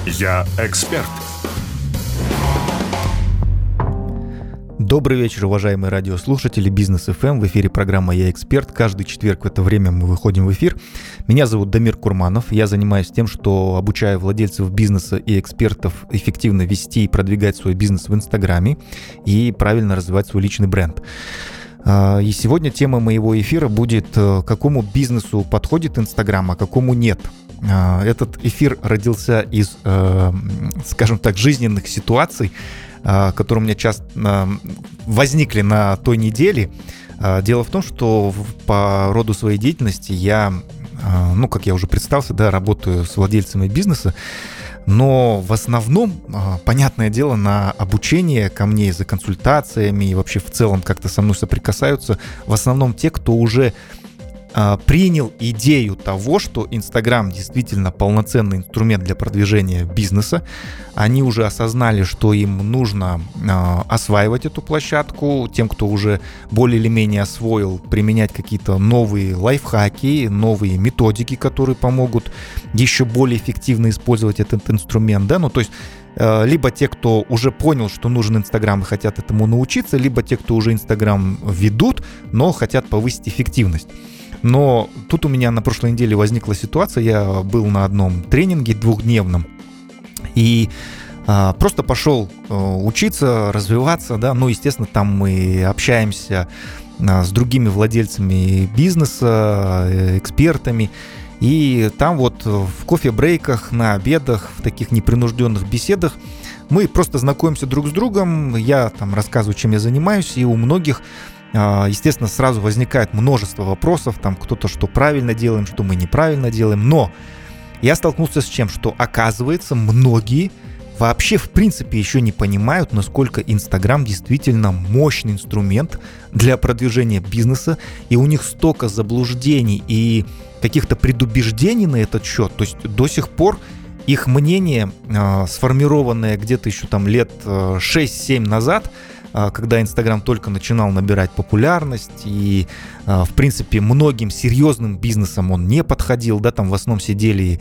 Я эксперт. Добрый вечер, уважаемые радиослушатели Бизнес FM. В эфире программа «Я эксперт». Каждый четверг в это время мы выходим в эфир. Меня зовут Дамир Курманов. Я занимаюсь тем, что обучаю владельцев бизнеса и экспертов эффективно вести и продвигать свой бизнес в Инстаграме и правильно развивать свой личный бренд. И сегодня тема моего эфира будет, какому бизнесу подходит Инстаграм, а какому нет. Этот эфир родился из, скажем так, жизненных ситуаций, которые у меня часто возникли на той неделе. Дело в том, что по роду своей деятельности я, как я уже представился, работаю с владельцами бизнеса, но в основном, понятное дело, на обучение ко мне за консультациями и вообще в целом как-то со мной соприкасаются в основном те, кто уже принял идею того, что Инстаграм действительно полноценный инструмент для продвижения бизнеса. Они уже осознали, что им нужно осваивать эту площадку. Тем, кто уже более или менее освоил, применять какие-то новые лайфхаки, новые методики, которые помогут еще более эффективно использовать этот инструмент. То есть либо те, кто уже понял, что нужен Инстаграм и хотят этому научиться, либо те, кто уже Инстаграм ведут, но хотят повысить эффективность. Но тут у меня на прошлой неделе возникла ситуация, я был на одном тренинге двухдневном и просто пошел учиться, развиваться, естественно, там мы общаемся с другими владельцами бизнеса, экспертами, и там вот в кофе-брейках, на обедах, в таких непринужденных беседах мы просто знакомимся друг с другом, я там рассказываю, чем я занимаюсь, и у многих, естественно, сразу возникает множество вопросов, там кто-то что правильно делаем, что мы неправильно делаем, но я столкнулся с чем, что оказывается многие вообще в принципе еще не понимают, насколько Инстаграм действительно мощный инструмент для продвижения бизнеса, и у них столько заблуждений и каких-то предубеждений на этот счет, то есть до сих пор их мнение, сформированное где-то еще там лет 6-7 назад, когда Инстаграм только начинал набирать популярность, и, в принципе, многим серьезным бизнесам он не подходил, там в основном сидели,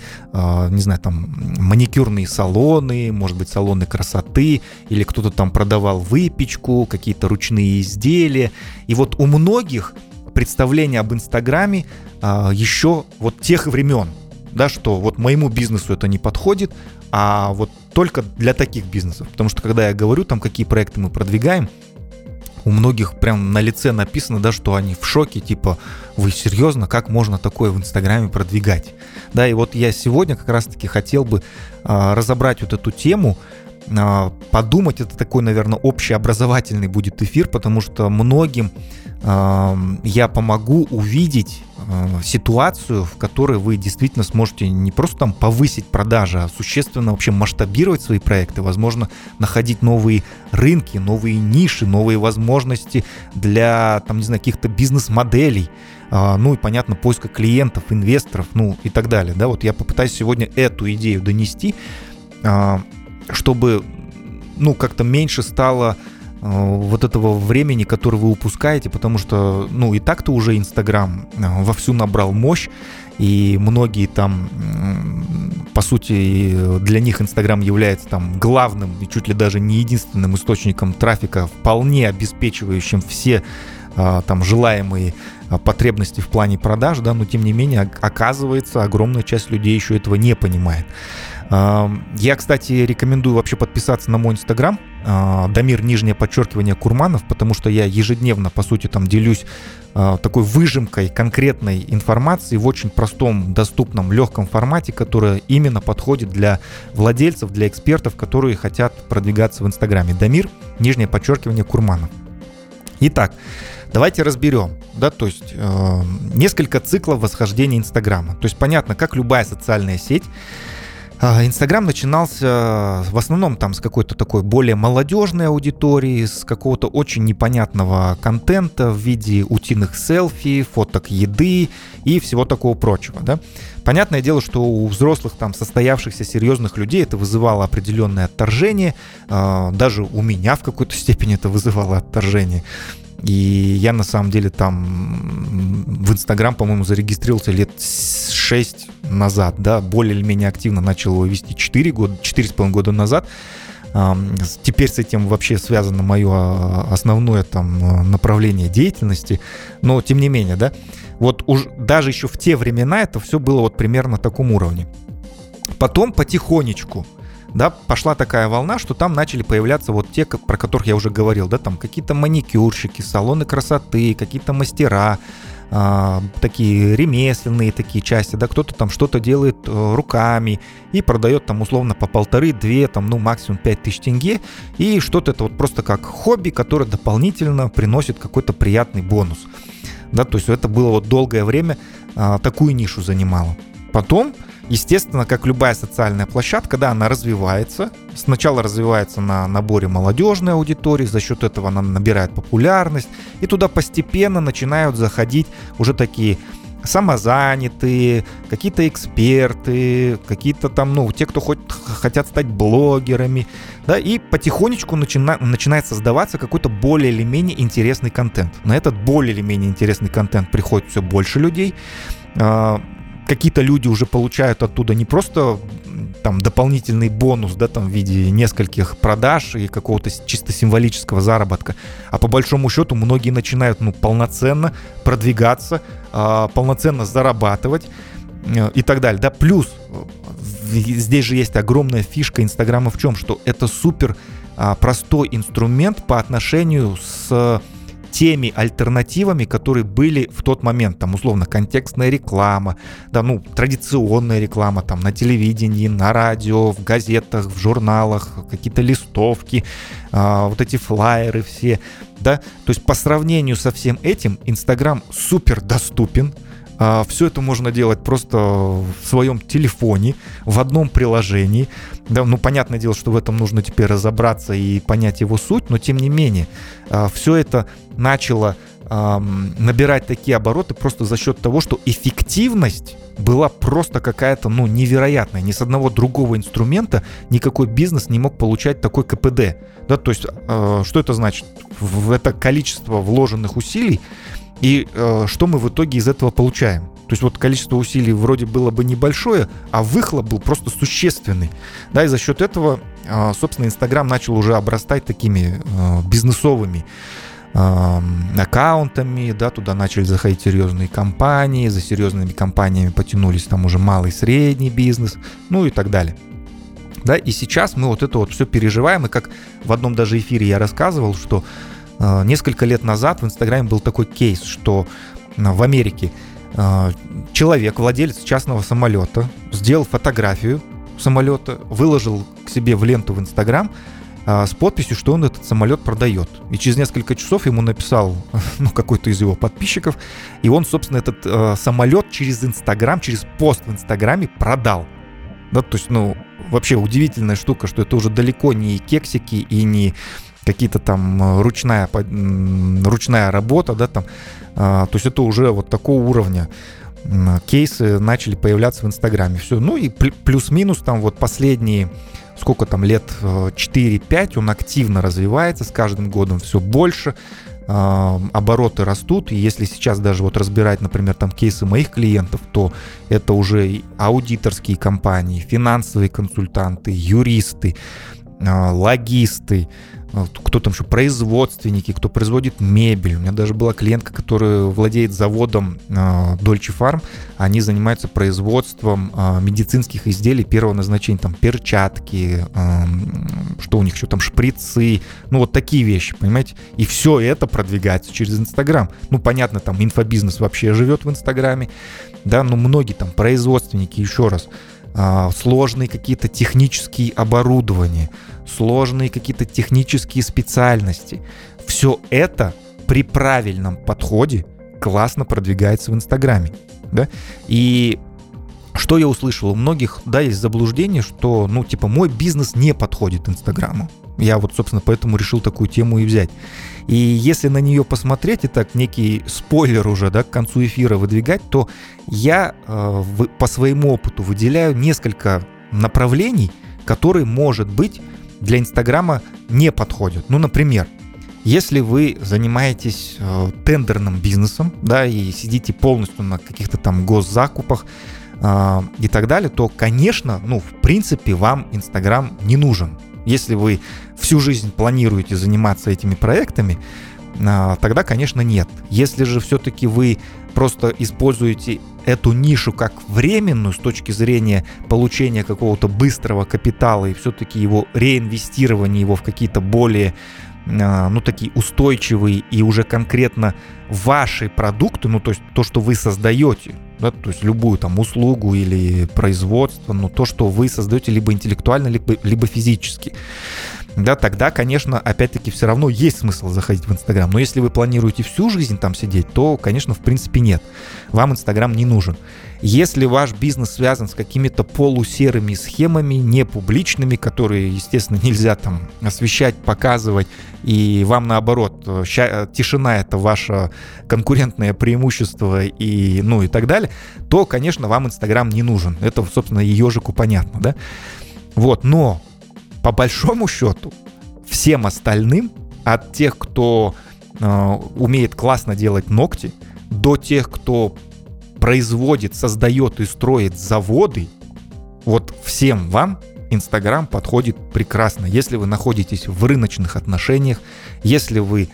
маникюрные салоны, может быть, салоны красоты, или кто-то там продавал выпечку, какие-то ручные изделия, и вот у многих представление об Инстаграме еще вот тех времен, что вот моему бизнесу это не подходит, а вот только для таких бизнесов. Потому что когда я говорю, там, какие проекты мы продвигаем, у многих прям на лице написано, что они в шоке, типа, вы серьезно, как можно такое в Инстаграме продвигать? И вот я сегодня как раз-таки хотел бы разобрать вот эту тему, подумать, это такой, наверное, общеобразовательный будет эфир, потому что многим я помогу увидеть ситуацию, в которой вы действительно сможете не просто там повысить продажи, а существенно вообще масштабировать свои проекты, возможно, находить новые рынки, новые ниши, новые возможности для, каких-то бизнес-моделей, и, понятно, поиска клиентов, инвесторов, и так далее. Вот я попытаюсь сегодня эту идею донести, чтобы, как-то меньше стало вот этого времени, которое вы упускаете, потому что, и так-то уже Инстаграм вовсю набрал мощь, и многие там, по сути, для них Инстаграм является там главным и чуть ли даже не единственным источником трафика, вполне обеспечивающим все там желаемые потребности в плане продаж, но тем не менее, оказывается, огромная часть людей еще этого не понимает. Я, кстати, рекомендую вообще подписаться на мой Инстаграм, Дамир, _Курманов, потому что я ежедневно, по сути, там делюсь такой выжимкой конкретной информации в очень простом, доступном, легком формате, которая именно подходит для владельцев, для экспертов, которые хотят продвигаться в Инстаграме. Дамир, _Курманов. Итак, давайте разберем, то есть несколько циклов восхождения Инстаграма. То есть понятно, как любая социальная сеть, Инстаграм начинался в основном там с какой-то такой более молодежной аудитории, с какого-то очень непонятного контента в виде утиных селфи, фоток еды и всего такого прочего, Понятное дело, что у взрослых там состоявшихся серьезных людей это вызывало определенное отторжение, даже у меня в какой-то степени это вызывало отторжение. И я на самом деле там в Инстаграм, по-моему, зарегистрировался лет 6, назад, да, более или менее активно начал его вести 4,5 года назад. Теперь с этим вообще связано мое основное там направление деятельности, но тем не менее, да, вот даже еще в те времена это все было вот примерно на таком уровне. Потом потихонечку, да, пошла такая волна, что там начали появляться вот те, про которых я уже говорил, да, там какие-то маникюрщики, салоны красоты, какие-то мастера, такие ремесленные такие части, да, кто-то там что-то делает руками и продает там условно по 1,5-2, там, ну, максимум 5 000 тенге, и что-то это вот просто как хобби, которое дополнительно приносит какой-то приятный бонус, да, то есть это было вот долгое время, такую нишу занимало. Потом, естественно, как любая социальная площадка, да, она развивается. Сначала развивается на наборе молодежной аудитории, за счет этого она набирает популярность, и туда постепенно начинают заходить уже такие самозанятые, какие-то эксперты, какие-то там, ну, те, кто хотят стать блогерами, да, и потихонечку начинает создаваться какой-то более или менее интересный контент. На этот более или менее интересный контент приходит все больше людей. Какие-то люди уже получают оттуда не просто там дополнительный бонус, да, там в виде нескольких продаж и какого-то чисто символического заработка, а по большому счету многие начинают, ну, полноценно продвигаться, полноценно зарабатывать и так далее, да. Плюс здесь же есть огромная фишка Инстаграма в чем, что это супер простой инструмент по отношению с теми альтернативами, которые были в тот момент, там, условно, контекстная реклама, да, ну, традиционная реклама, там, на телевидении, на радио, в газетах, в журналах, какие-то листовки, вот эти флаеры все, да, то есть по сравнению со всем этим Инстаграм супер доступен. Все это можно делать просто в своем телефоне, в одном приложении. Да, ну, понятное дело, что в этом нужно теперь разобраться и понять его суть, но тем не менее, все это начало набирать такие обороты просто за счет того, что эффективность была просто какая-то, ну, невероятная. Ни с одного другого инструмента никакой бизнес не мог получать такой КПД. Да, то есть, что это значит? Это количество вложенных усилий. И что мы в итоге из этого получаем? То есть вот количество усилий вроде было бы небольшое, а выхлоп был просто существенный. Да, и за счет этого, собственно, Инстаграм начал уже обрастать такими бизнесовыми аккаунтами, да, туда начали заходить серьезные компании, за серьезными компаниями потянулись там уже малый и средний бизнес, ну и так далее. Да, и сейчас мы вот это вот все переживаем, и как в одном даже эфире я рассказывал, что несколько лет назад в Инстаграме был такой кейс, что в Америке человек, владелец частного самолета, сделал фотографию самолета, выложил к себе в ленту в Инстаграм с подписью, что он этот самолет продает. И через несколько часов ему написал, ну, какой-то из его подписчиков, и он, собственно, этот самолет через Инстаграм, через пост в Инстаграме продал. Да, то есть, ну, вообще удивительная штука, что это уже далеко не кексики и не какие-то там ручная работа, да, там, то есть это уже вот такого уровня кейсы начали появляться в Инстаграме. Все, ну и плюс-минус там вот последние, сколько там, лет 4-5 он активно развивается, с каждым годом все больше, обороты растут, и если сейчас даже вот разбирать, например, там кейсы моих клиентов, то это уже и аудиторские компании, финансовые консультанты, юристы, логисты, кто там еще, производственники, кто производит мебель. У меня даже была клиентка, которая владеет заводом Dolce Farm. Они занимаются производством медицинских изделий первого назначения, там перчатки, что у них еще там, шприцы, ну вот такие вещи, понимаете? И все это продвигается через Инстаграм. Ну понятно, там инфобизнес вообще живет в Инстаграме, да, но многие там производственники, еще раз, сложные какие-то технические оборудования, сложные какие-то технические специальности. Все это при правильном подходе классно продвигается в Инстаграме. Да? И что я услышал? У многих, да, есть заблуждение, что, ну, типа, мой бизнес не подходит Инстаграму. Я вот, собственно, поэтому решил такую тему и взять. И если на нее посмотреть, и так некий спойлер уже, да, к концу эфира выдвигать, то я по своему опыту выделяю несколько направлений, которые, может быть, для Инстаграма не подходят. Ну, например, если вы занимаетесь тендерным бизнесом, да, и сидите полностью на каких-то там госзакупах, и так далее, то, конечно, в принципе, вам Инстаграм не нужен. Если вы всю жизнь планируете заниматься этими проектами, тогда, конечно, нет. Если же все-таки вы просто используете эту нишу как временную с точки зрения получения какого-то быстрого капитала и все-таки его реинвестирования его в какие-то более такие устойчивые и уже конкретно ваши продукты, то есть то, что вы создаете, да, то есть любую там услугу или производство, то, что вы создаете либо интеллектуально, либо физически, да, тогда, конечно, опять-таки все равно есть смысл заходить в Инстаграм. Но если вы планируете всю жизнь там сидеть, то, конечно, в принципе нет. Вам Инстаграм не нужен. Если ваш бизнес связан с какими-то полусерыми схемами, непубличными, которые, естественно, нельзя там освещать, показывать, и вам, наоборот, тишина — это ваше конкурентное преимущество и так далее, то, конечно, вам Инстаграм не нужен. Это, собственно, ежику понятно, да? Но по большому счету, всем остальным, от тех, кто умеет классно делать ногти, до тех, кто производит, создает и строит заводы, всем вам Инстаграм подходит прекрасно. Если вы находитесь в рыночных отношениях, если вы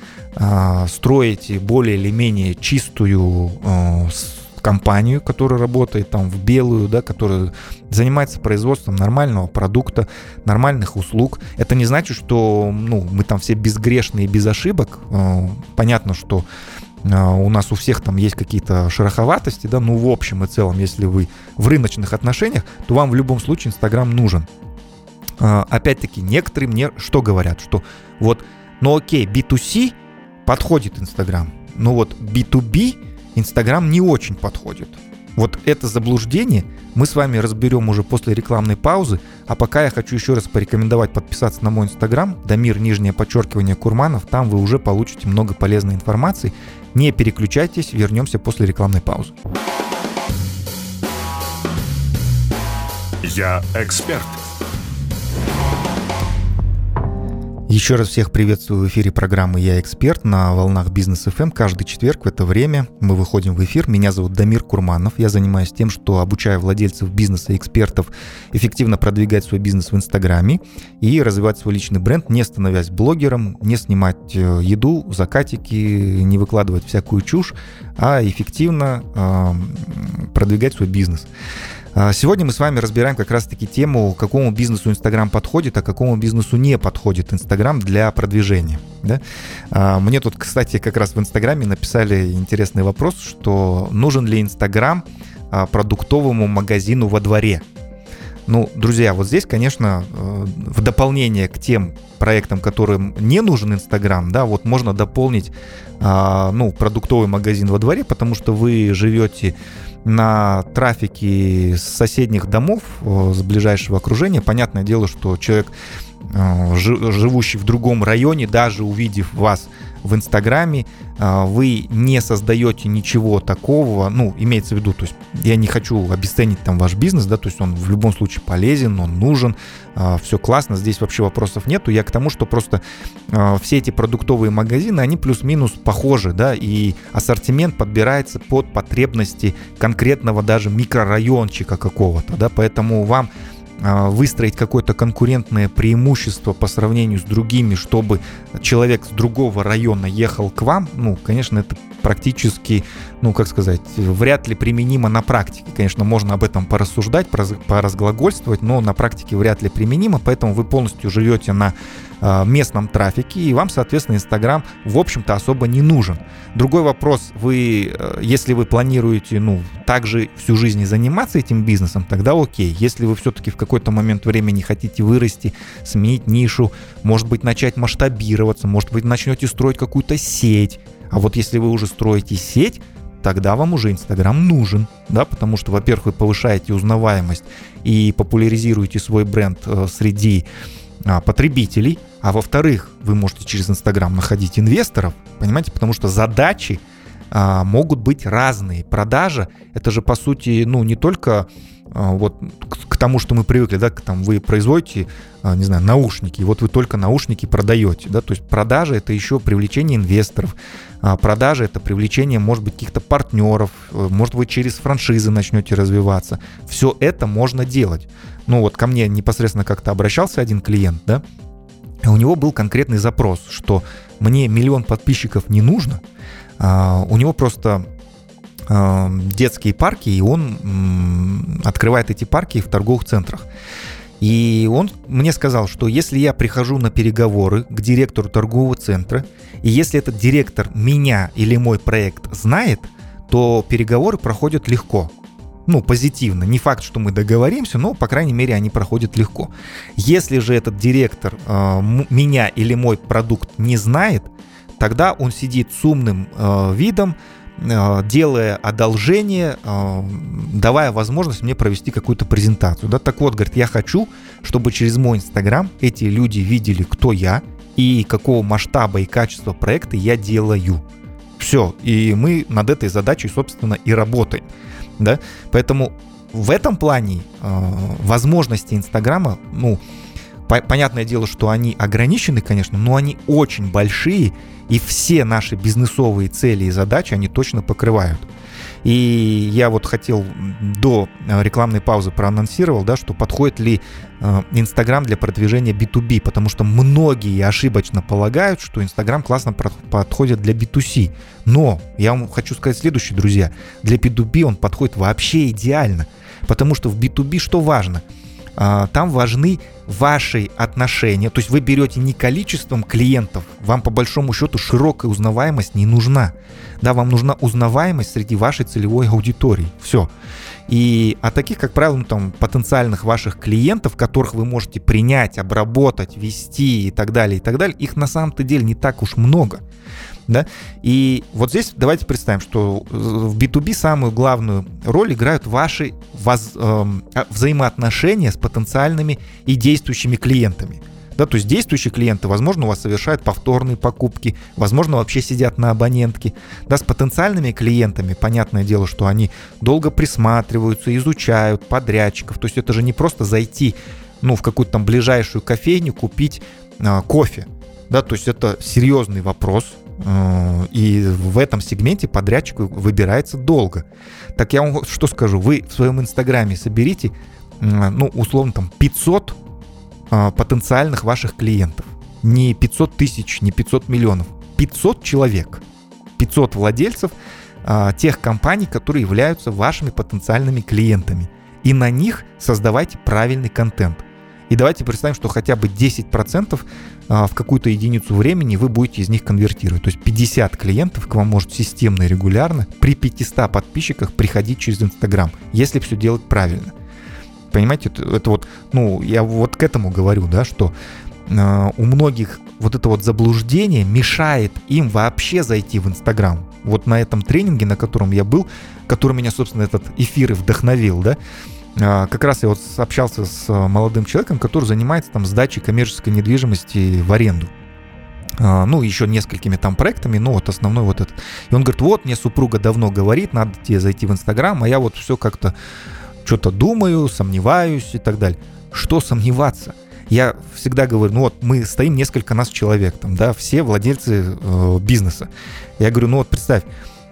строите более или менее чистую компанию, которая работает там в белую, да, которая занимается производством нормального продукта, нормальных услуг. Это не значит, что мы там все безгрешные, без ошибок. Понятно, что у нас у всех там есть какие-то шероховатости, да, в общем и целом, если вы в рыночных отношениях, то вам в любом случае Инстаграм нужен. Опять-таки, некоторые мне что говорят, что окей, B2C подходит Инстаграм, но B2B Инстаграм не очень подходит. Это заблуждение мы с вами разберем уже после рекламной паузы, а пока я хочу еще раз порекомендовать подписаться на мой Инстаграм, Дамир_Курманов, там вы уже получите много полезной информации. Не переключайтесь, вернемся после рекламной паузы. Я эксперт. Еще раз всех приветствую в эфире программы «Я эксперт» на волнах Бизнес ФМ. Каждый четверг в это время мы выходим в эфир. Меня зовут Дамир Курманов. Я занимаюсь тем, что обучаю владельцев бизнеса и экспертов эффективно продвигать свой бизнес в Инстаграме и развивать свой личный бренд, не становясь блогером, не снимать еду, закатики, не выкладывать всякую чушь, а эффективно продвигать свой бизнес. Сегодня мы с вами разбираем как раз-таки тему, какому бизнесу Инстаграм подходит, а какому бизнесу не подходит Инстаграм для продвижения. Да? Мне тут, кстати, как раз в Инстаграме написали интересный вопрос, что нужен ли Инстаграм продуктовому магазину во дворе. Друзья, здесь, конечно, в дополнение к тем проектам, которым не нужен Инстаграм, да, можно дополнить, продуктовый магазин во дворе, потому что вы живете на трафике с соседних домов, с ближайшего окружения. Понятное дело, что человек, живущий в другом районе, даже увидев вас в Инстаграме, вы не создаете ничего такого, имеется в виду, то есть я не хочу обесценить там ваш бизнес, да, то есть он в любом случае полезен, он нужен, все классно, здесь вообще вопросов нету. Я к тому, что просто все эти продуктовые магазины, они плюс-минус похожи, да, и ассортимент подбирается под потребности конкретного даже микрорайончика какого-то, да, поэтому вам выстроить какое-то конкурентное преимущество по сравнению с другими, чтобы человек с другого района ехал к вам, конечно, это практически, вряд ли применимо на практике. Конечно, можно об этом порассуждать, поразглагольствовать, но на практике вряд ли применимо, поэтому вы полностью живете на местном трафике, и вам, соответственно, Инстаграм, в общем-то, особо не нужен. Другой вопрос, если вы планируете, также всю жизнь заниматься этим бизнесом, тогда окей. Если вы все-таки в какой-то момент времени хотите вырасти, сменить нишу, может быть, начать масштабироваться, может быть, начнете строить какую-то сеть, а если вы уже строите сеть, тогда вам уже Инстаграм нужен, да, потому что, во-первых, вы повышаете узнаваемость и популяризируете свой бренд среди потребителей, а во-вторых, вы можете через Инстаграм находить инвесторов, понимаете, потому что задачи могут быть разные. Продажа — это же, по сути, не только к тому, что мы привыкли, да, там вы производите, не знаю, наушники, и вот вы только наушники продаете, да, то есть продажа — это еще привлечение инвесторов, продажа — это привлечение, может быть, каких-то партнеров, может, вы через франшизы начнете развиваться. Все это можно делать. Ну вот ко мне непосредственно как-то обращался один клиент, да, и у него был конкретный запрос, что мне 1 миллион подписчиков не нужно, у него просто детские парки, и он открывает эти парки в торговых центрах. И он мне сказал, что если я прихожу на переговоры к директору торгового центра, и если этот директор меня или мой проект знает, то переговоры проходят легко. Ну, позитивно. Не факт, что мы договоримся, но, по крайней мере, они проходят легко. Если же этот директор меня или мой продукт не знает, тогда он сидит с умным видом, делая одолжение, давая возможность мне провести какую-то презентацию. Да? Так вот, говорит, я хочу, чтобы через мой Инстаграм эти люди видели, кто я и какого масштаба и качества проекта я делаю. Все. И мы над этой задачей, собственно, и работаем. Да? Поэтому в этом плане возможности Инстаграма, ну, понятное дело, что они ограничены, конечно, но они очень большие, и все наши бизнесовые цели и задачи они точно покрывают. И я вот хотел до рекламной паузы проанонсировал, да, что подходит ли Инстаграм для продвижения B2B, потому что многие ошибочно полагают, что Инстаграм классно подходит для B2C. Но я вам хочу сказать следующее, друзья. Для B2B он подходит вообще идеально, потому что в B2B что важно? Там важны ваши отношения. То есть вы берете не количеством клиентов, вам по большому счету широкая узнаваемость не нужна. Да, вам нужна узнаваемость среди вашей целевой аудитории. Все. И таких, как правило, ну, там, потенциальных ваших клиентов, которых вы можете принять, обработать, вести и так далее, их на самом-то деле не так уж много. Да? И вот здесь давайте представим, что в B2B самую главную роль играют ваши взаимоотношения с потенциальными и действующими клиентами. Да, то есть действующие клиенты, возможно, у вас совершают повторные покупки, возможно, вообще сидят на абонентке. Да, с потенциальными клиентами, понятное дело, что они долго присматриваются, изучают подрядчиков. То есть это же не просто зайти, ну, в какую-то там ближайшую кофейню, купить кофе. Да, то есть это серьезный вопрос. И в этом сегменте подрядчик выбирается долго. Так я вам что скажу, вы в своем Инстаграме соберите, ну, условно, там 500 потенциальных ваших клиентов. Не 500 тысяч, не 500 миллионов. 500 человек. 500 владельцев тех компаний, которые являются вашими потенциальными клиентами. И на них создавайте правильный контент. И давайте представим, что хотя бы 10% в какую-то единицу времени вы будете из них конвертировать. То есть 50 клиентов к вам может системно и регулярно при 500 подписчиках приходить через Инстаграм, если все делать правильно. Понимаете, это вот, ну, я вот к этому говорю, да, что у многих вот это вот заблуждение мешает им вообще зайти в Инстаграм. Вот на этом тренинге, на котором я был, который меня, собственно, этот эфир и вдохновил, да, как раз я вот общался с молодым человеком, который занимается там сдачей коммерческой недвижимости в аренду. Ну, еще несколькими там проектами, но вот основной вот этот. И он говорит, вот, мне супруга давно говорит, надо тебе зайти в Инстаграм, а я вот все как-то что-то думаю, сомневаюсь и так далее. Что сомневаться? Я всегда говорю, ну вот мы стоим несколько нас человек, там, да, все владельцы бизнеса. Я говорю, ну вот представь,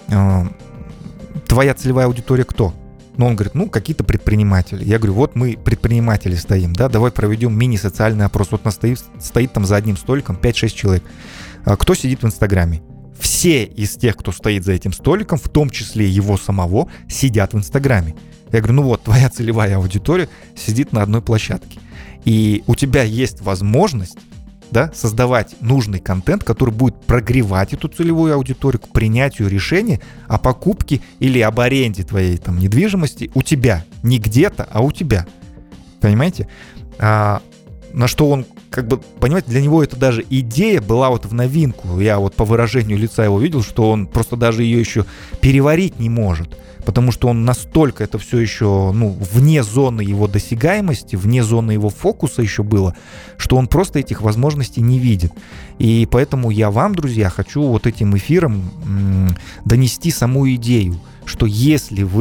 твоя целевая аудитория кто? Ну, он говорит, ну, какие-то предприниматели. Я говорю, вот мы предприниматели стоим, да, давай проведем мини-социальный опрос. Вот у нас стоит там за одним столиком 5-6 человек. Кто сидит в Инстаграме? Все из тех, кто стоит за этим столиком, в том числе его самого, сидят в Инстаграме. Я говорю, ну вот, твоя целевая аудитория сидит на одной площадке. И у тебя есть возможность, да, создавать нужный контент, который будет прогревать эту целевую аудиторию к принятию решения о покупке или об аренде твоей там недвижимости у тебя. Не где-то, а у тебя. Понимаете? На что он, как бы, понимаете, для него это даже идея была вот в новинку. Я вот по выражению лица его видел, что он просто даже ее еще переварить не может. Потому что он настолько это все еще, ну, вне зоны его досягаемости, вне зоны его фокуса еще было, что он просто этих возможностей не видит. И поэтому я вам, друзья, хочу вот этим эфиром донести саму идею, что если вы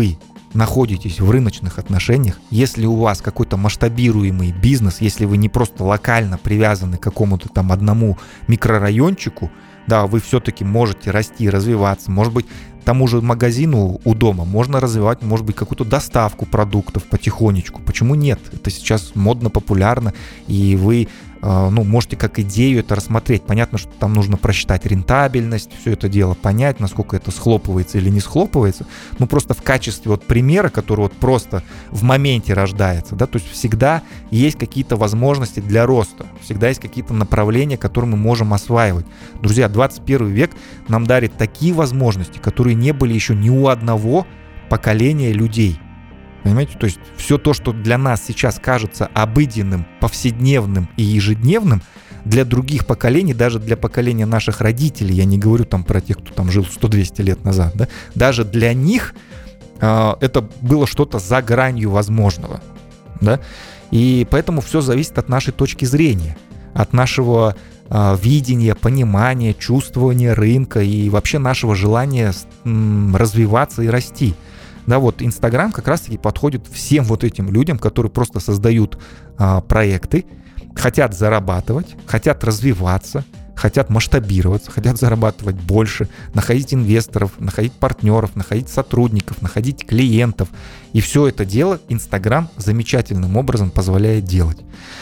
находитесь в рыночных отношениях, если у вас какой-то масштабируемый бизнес, если вы не просто локально привязаны к какому-то там одному микрорайончику, да, вы все-таки можете расти, развиваться, может быть, тому же магазину у дома можно развивать, может быть, какую-то доставку продуктов потихонечку. Почему нет? Это сейчас модно, популярно, и вы можете как идею это рассмотреть. Понятно, что там нужно просчитать рентабельность, все это дело понять, насколько это схлопывается или не схлопывается. Ну, просто в качестве вот примера, который вот просто в моменте рождается, да, то есть всегда есть какие-то возможности для роста, всегда есть какие-то направления, которые мы можем осваивать. Друзья, 21 век нам дарит такие возможности, которые не были еще ни у одного поколения людей. Понимаете, то есть все то, что для нас сейчас кажется обыденным, повседневным и ежедневным, для других поколений, даже для поколения наших родителей, я не говорю там про тех, кто там жил 100-200 лет назад, да, даже для них это было что-то за гранью возможного, да, и поэтому все зависит от нашей точки зрения, от нашего видения, понимания, чувствования рынка и вообще нашего желания развиваться и расти. Да, вот Инстаграм как раз-таки подходит всем вот этим людям, которые просто создают проекты, хотят зарабатывать, хотят развиваться, хотят масштабироваться, хотят зарабатывать больше, находить инвесторов, находить партнеров, находить сотрудников, находить клиентов. И все это дело Инстаграм замечательным образом позволяет делать.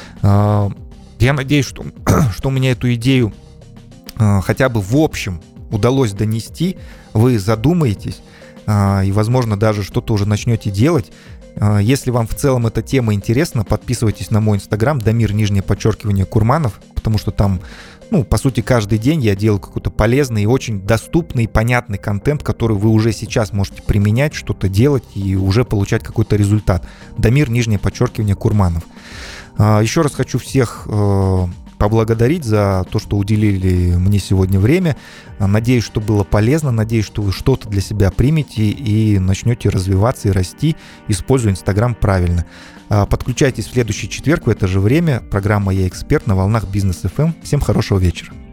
Я надеюсь, что у меня эту идею хотя бы в общем удалось донести, вы задумаетесь, и, возможно, даже что-то уже начнете делать. Если вам в целом эта тема интересна, подписывайтесь на мой Инстаграм, Дамир_Курманов, потому что там, по сути, каждый день я делаю какой-то полезный и очень доступный и понятный контент, который вы уже сейчас можете применять, что-то делать и уже получать какой-то результат. Дамир_Курманов. Еще раз хочу всех поблагодарить за то, что уделили мне сегодня время. Надеюсь, что было полезно, надеюсь, что вы что-то для себя примете и начнете развиваться и расти, используя Инстаграм правильно. Подключайтесь в следующий четверг в это же время. Программа «Я эксперт» на волнах Бизнес FM. Всем хорошего вечера.